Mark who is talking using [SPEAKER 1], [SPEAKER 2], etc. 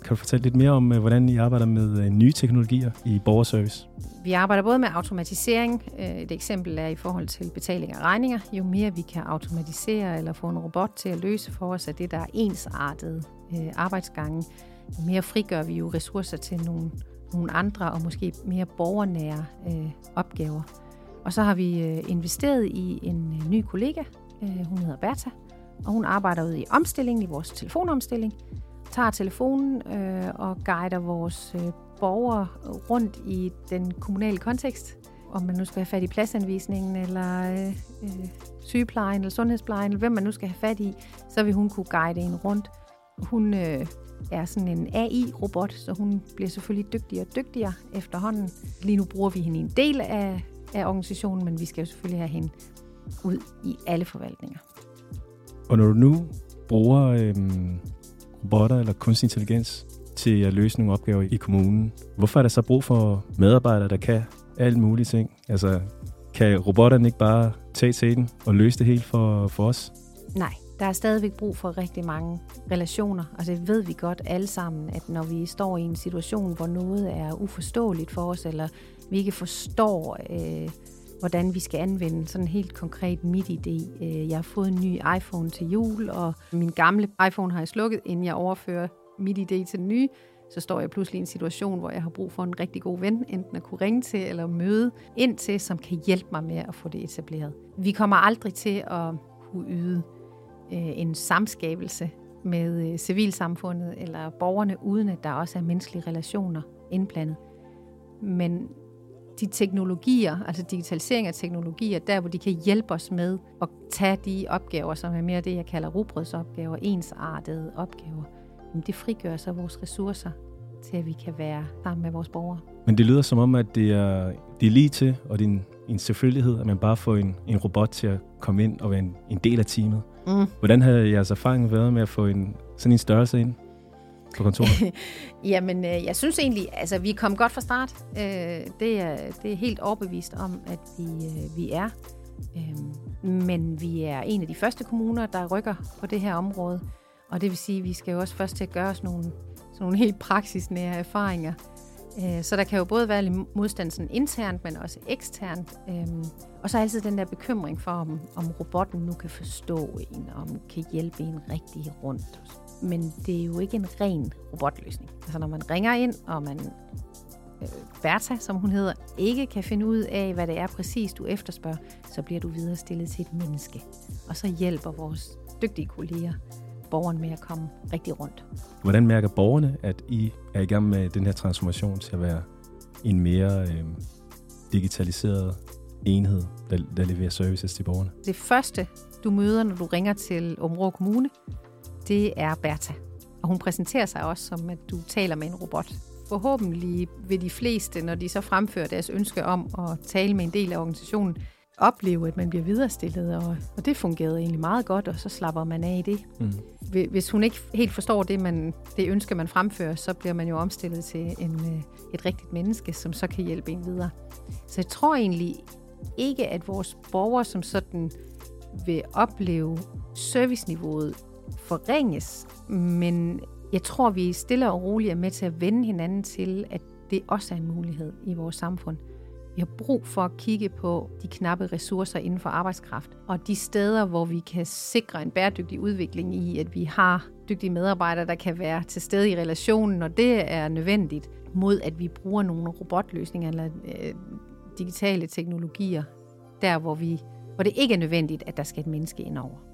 [SPEAKER 1] Kan du fortælle lidt mere om, hvordan I arbejder med nye teknologier i borgerservice?
[SPEAKER 2] Vi arbejder både med automatisering. Et eksempel er i forhold til betaling af regninger. Jo mere vi kan automatisere eller få en robot til at løse for os af det, der er ensartede arbejdsgange, jo mere frigør vi jo ressourcer til nogle andre og måske mere borgernære opgaver. Og så har vi investeret i en ny kollega. Hun hedder Bertha, og hun arbejder ude i omstillingen, i vores telefonomstilling, tager telefonen og guider vores borgere rundt i den kommunale kontekst. Om man nu skal have fat i pladsanvisningen, eller sygeplejen, eller sundhedsplejen, eller hvem man nu skal have fat i, så vil hun kunne guide en rundt. Hun er sådan en AI-robot, så hun bliver selvfølgelig dygtigere og dygtigere efterhånden. Lige nu bruger vi hende i en del af organisationen, men vi skal jo selvfølgelig have hende ud i alle forvaltninger.
[SPEAKER 1] Og når du nu bruger robotter eller kunstig intelligens til at løse nogle opgaver i kommunen, hvorfor er der så brug for medarbejdere, der kan alle mulige ting? Altså, kan robotterne ikke bare tage til den og løse det helt for os?
[SPEAKER 2] Nej, der er stadigvæk brug for rigtig mange relationer. Og det ved vi godt alle sammen, at når vi står i en situation, hvor noget er uforståeligt for os, eller vi ikke forstår, hvordan vi skal anvende sådan helt konkret MitID. Jeg har fået en ny iPhone til jul, og min gamle iPhone har jeg slukket, inden jeg overfører MitID til den nye. Så står jeg pludselig i en situation, hvor jeg har brug for en rigtig god ven, enten at kunne ringe til eller møde ind til, som kan hjælpe mig med at få det etableret. Vi kommer aldrig til at kunne yde en samskabelse med civilsamfundet eller borgerne, uden at der også er menneskelige relationer indblandet. Men de teknologier, altså digitalisering af teknologier, der hvor de kan hjælpe os med at tage de opgaver, som er mere det, jeg kalder rugbrødsopgaver, ensartede opgaver, det frigør så vores ressourcer til, at vi kan være sammen med vores borgere.
[SPEAKER 1] Men det lyder som om, at det er lige til, og det er en selvfølgelighed, at man bare får en robot til at komme ind og være en del af teamet. Hvordan har jeres erfaring været med at få sådan en størrelse ind på kontoret?
[SPEAKER 2] Jamen, jeg synes egentlig, altså vi kom godt fra start. Det er helt overbevist om, at vi er. Men vi er en af de første kommuner, der rykker på det her område. Og det vil sige, at vi skal jo også først til at gøre sådan nogle helt praksisnære erfaringer. Så der kan jo både være modstand sådan internt, men også eksternt. Og så altid den der bekymring for, om robotten nu kan forstå en, og om kan hjælpe en rigtig rundt. Men det er jo ikke en ren robotløsning. Altså når man ringer ind, og man, Bertha, som hun hedder, ikke kan finde ud af, hvad det er præcis, du efterspørger, så bliver du videre stillet til et menneske. Og så hjælper vores dygtige kolleger borgeren med at komme rigtig rundt.
[SPEAKER 1] Hvordan mærker borgerne, at I er i gang med den her transformation til at være en mere digitaliseret enhed, der leverer services til borgerne?
[SPEAKER 2] Det første, du møder, når du ringer til Aabenraa Kommune, det er Bertha. Og hun præsenterer sig også som, at du taler med en robot. Forhåbentlig vil de fleste, når de så fremfører deres ønske om at tale med en del af organisationen, opleve, at man bliver viderestillet, og det fungerede egentlig meget godt, og så slapper man af i det. Hvis hun ikke helt forstår det ønske, man fremfører, så bliver man jo omstillet til et rigtigt menneske, som så kan hjælpe en videre. Så jeg tror egentlig ikke, at vores borgere som sådan vil opleve serviceniveauet forringes, men jeg tror, vi stille og roligt er med til at vende hinanden til, at det også er en mulighed i vores samfund. Vi har brug for at kigge på de knappe ressourcer inden for arbejdskraft, og de steder, hvor vi kan sikre en bæredygtig udvikling i, at vi har dygtige medarbejdere, der kan være til stede i relationen, når det er nødvendigt, mod at vi bruger nogle robotløsninger eller digitale teknologier, der hvor det ikke er nødvendigt, at der skal et menneske indover.